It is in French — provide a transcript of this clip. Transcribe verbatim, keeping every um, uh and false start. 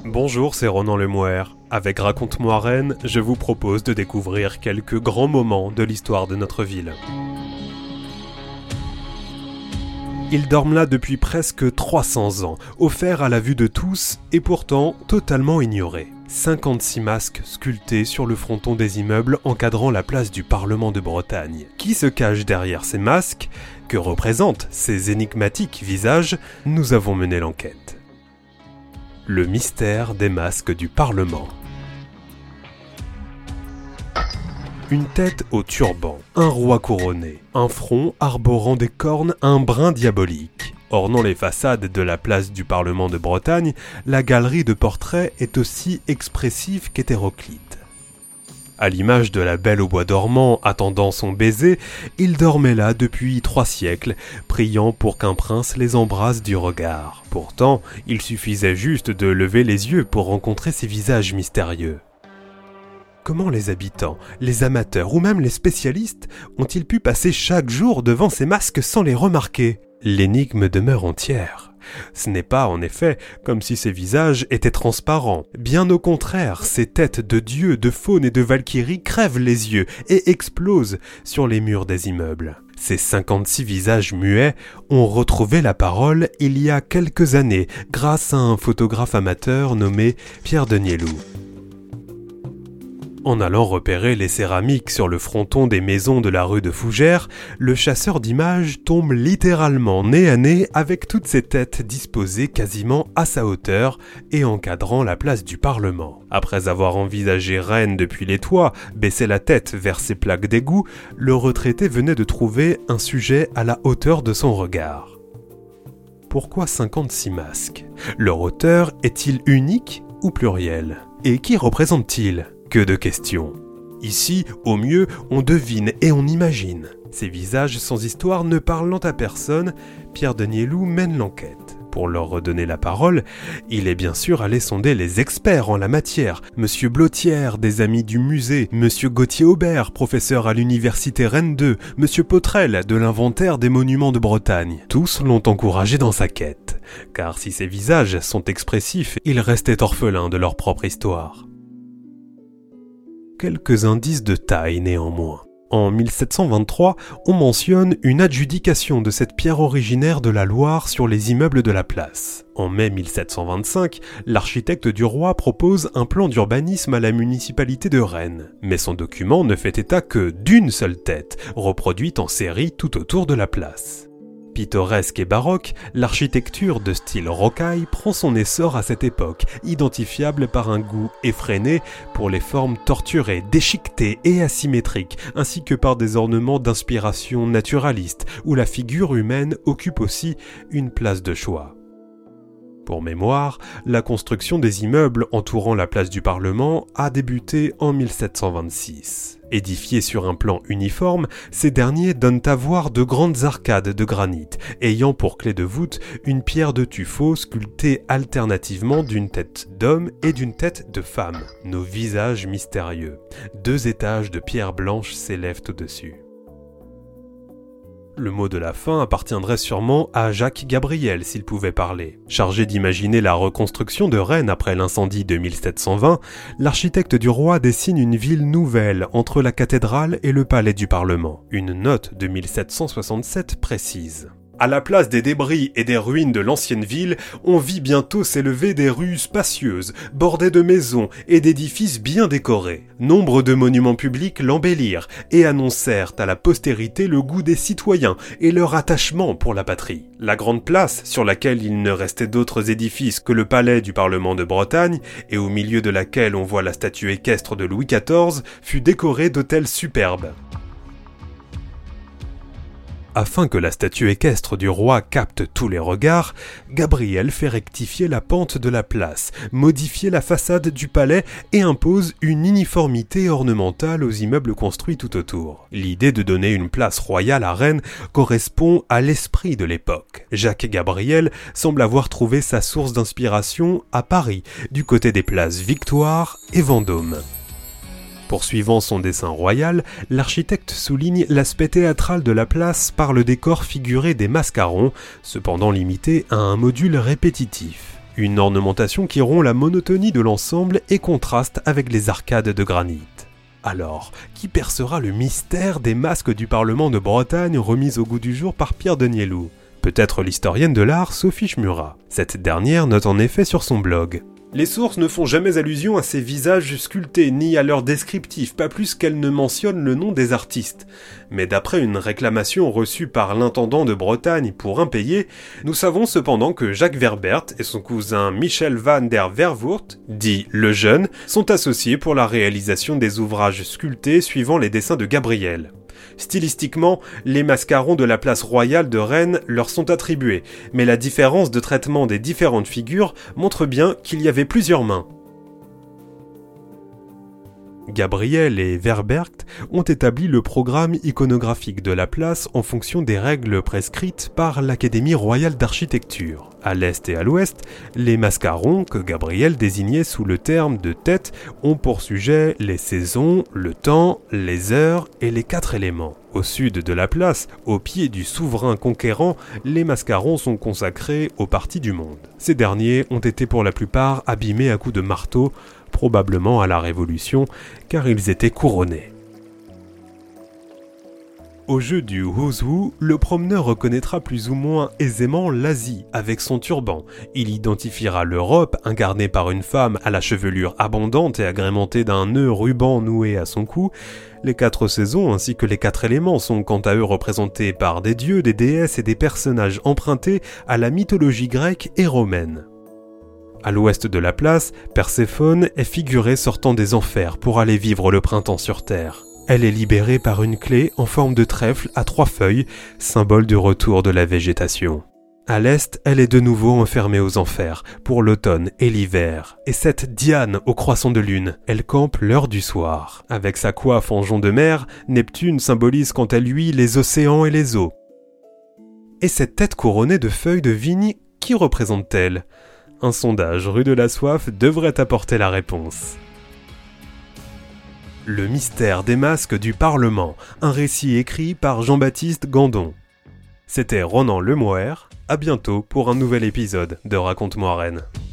Bonjour, c'est Ronan Lemouer. Avec Raconte-moi Rennes, je vous propose de découvrir quelques grands moments de l'histoire de notre ville. Ils dorment là depuis presque trois cents ans, offerts à la vue de tous et pourtant totalement ignorés. cinquante-six masques sculptés sur le fronton des immeubles encadrant la place du Parlement de Bretagne. Qui se cache derrière ces masques? Que représentent ces énigmatiques visages? Nous avons mené l'enquête. Le mystère des masques du Parlement. Une tête au turban, un roi couronné, un front arborant des cornes, un brin diabolique. Ornant les façades de la place du Parlement de Bretagne, la galerie de portraits est aussi expressive qu'hétéroclite. À l'image de la belle au bois dormant attendant son baiser, ils dormaient là depuis trois siècles, priant pour qu'un prince les embrasse du regard. Pourtant, il suffisait juste de lever les yeux pour rencontrer ces visages mystérieux. Comment les habitants, les amateurs ou même les spécialistes ont-ils pu passer chaque jour devant ces masques sans les remarquer? L'énigme demeure entière. Ce n'est pas, en effet, comme si ces visages étaient transparents. Bien au contraire, ces têtes de dieux, de faunes et de valkyries crèvent les yeux et explosent sur les murs des immeubles. Ces cinquante-six visages muets ont retrouvé la parole il y a quelques années grâce à un photographe amateur nommé Pierre Denielou. En allant repérer les céramiques sur le fronton des maisons de la rue de Fougères, le chasseur d'images tombe littéralement nez à nez avec toutes ces têtes disposées quasiment à sa hauteur et encadrant la place du Parlement. Après avoir envisagé Rennes depuis les toits, baissé la tête vers ses plaques d'égout, le retraité venait de trouver un sujet à la hauteur de son regard. Pourquoi cinquante-six masques? Leur auteur est-il unique ou pluriel? Et qui représente-t-il? Que de questions. Ici, au mieux, on devine et on imagine. Ces visages sans histoire ne parlant à personne, Pierre Denielou mène l'enquête. Pour leur redonner la parole, il est bien sûr allé sonder les experts en la matière. Monsieur Blottière, des Amis du Musée, Monsieur Gauthier-Aubert, professeur à l'université Rennes deux, Monsieur Potrel, de l'Inventaire des Monuments de Bretagne. Tous l'ont encouragé dans sa quête. Car si ces visages sont expressifs, ils restaient orphelins de leur propre histoire. Quelques indices de taille néanmoins. En mille sept cent vingt-trois, on mentionne une adjudication de cette pierre originaire de la Loire sur les immeubles de la place. En mai mille sept cent vingt-cinq, l'architecte du roi propose un plan d'urbanisme à la municipalité de Rennes. Mais son document ne fait état que d'une seule tête, reproduite en série tout autour de la place. Pittoresque et baroque, l'architecture de style rocaille prend son essor à cette époque, identifiable par un goût effréné pour les formes torturées, déchiquetées et asymétriques, ainsi que par des ornements d'inspiration naturaliste, où la figure humaine occupe aussi une place de choix. Pour mémoire, la construction des immeubles entourant la place du Parlement a débuté en mille sept cent vingt-six. Édifiés sur un plan uniforme, ces derniers donnent à voir de grandes arcades de granit, ayant pour clé de voûte une pierre de tuffeau sculptée alternativement d'une tête d'homme et d'une tête de femme. Nos visages mystérieux. Deux étages de pierre blanche s'élèvent au-dessus. Le mot de la fin appartiendrait sûrement à Jacques Gabriel s'il pouvait parler. Chargé d'imaginer la reconstruction de Rennes après l'incendie de mille sept cent vingt, l'architecte du roi dessine une ville nouvelle entre la cathédrale et le palais du Parlement. Une note de mille sept cent soixante-sept précise. À la place des débris et des ruines de l'ancienne ville, on vit bientôt s'élever des rues spacieuses, bordées de maisons et d'édifices bien décorés. Nombre de monuments publics l'embellirent et annoncèrent à la postérité le goût des citoyens et leur attachement pour la patrie. La grande place, sur laquelle il ne restait d'autres édifices que le palais du Parlement de Bretagne, et au milieu de laquelle on voit la statue équestre de Louis quatorze, fut décorée d'hôtels superbes. Afin que la statue équestre du roi capte tous les regards, Gabriel fait rectifier la pente de la place, modifier la façade du palais et impose une uniformité ornementale aux immeubles construits tout autour. L'idée de donner une place royale à Rennes correspond à l'esprit de l'époque. Jacques Gabriel semble avoir trouvé sa source d'inspiration à Paris, du côté des places Victoire et Vendôme. Poursuivant son dessin royal, l'architecte souligne l'aspect théâtral de la place par le décor figuré des mascarons, cependant limité à un module répétitif. Une ornementation qui rompt la monotonie de l'ensemble et contraste avec les arcades de granit. Alors, qui percera le mystère des masques du Parlement de Bretagne remis au goût du jour par Pierre Denielou ? Peut-être l'historienne de l'art Sophie Schmura. Cette dernière note en effet sur son blog. Les sources ne font jamais allusion à ces visages sculptés, ni à leurs descriptifs, pas plus qu'elles ne mentionnent le nom des artistes. Mais d'après une réclamation reçue par l'intendant de Bretagne pour impayé, nous savons cependant que Jacques Verbert et son cousin Michel van der Vervoort, dit Le Jeune, sont associés pour la réalisation des ouvrages sculptés suivant les dessins de Gabriel. Stylistiquement, les mascarons de la place royale de Rennes leur sont attribués, mais la différence de traitement des différentes figures montre bien qu'il y avait plusieurs mains. Gabriel et Verbert ont établi le programme iconographique de la place en fonction des règles prescrites par l'Académie royale d'architecture. À l'est et à l'ouest, les mascarons, que Gabriel désignait sous le terme de tête, ont pour sujet les saisons, le temps, les heures et les quatre éléments. Au sud de la place, au pied du souverain conquérant, les mascarons sont consacrés aux parties du monde. Ces derniers ont été pour la plupart abîmés à coups de marteau, probablement à la Révolution, car ils étaient couronnés. Au jeu du Who's Who, le promeneur reconnaîtra plus ou moins aisément l'Asie avec son turban. Il identifiera l'Europe, incarnée par une femme à la chevelure abondante et agrémentée d'un nœud ruban noué à son cou. Les quatre saisons ainsi que les quatre éléments sont quant à eux représentés par des dieux, des déesses et des personnages empruntés à la mythologie grecque et romaine. À l'ouest de la place, Perséphone est figurée sortant des enfers pour aller vivre le printemps sur Terre. Elle est libérée par une clé en forme de trèfle à trois feuilles, symbole du retour de la végétation. À l'est, elle est de nouveau enfermée aux enfers, pour l'automne et l'hiver. Et cette Diane au croissant de lune, elle campe l'heure du soir. Avec sa coiffe en jonc de mer, Neptune symbolise quant à lui les océans et les eaux. Et cette tête couronnée de feuilles de vigne, qui représente-t-elle ? Un sondage rue de la Soif devrait apporter la réponse. Le mystère des masques du Parlement, un récit écrit par Jean-Baptiste Gandon. C'était Ronan Lemoer, à bientôt pour un nouvel épisode de Raconte-moi Rennes.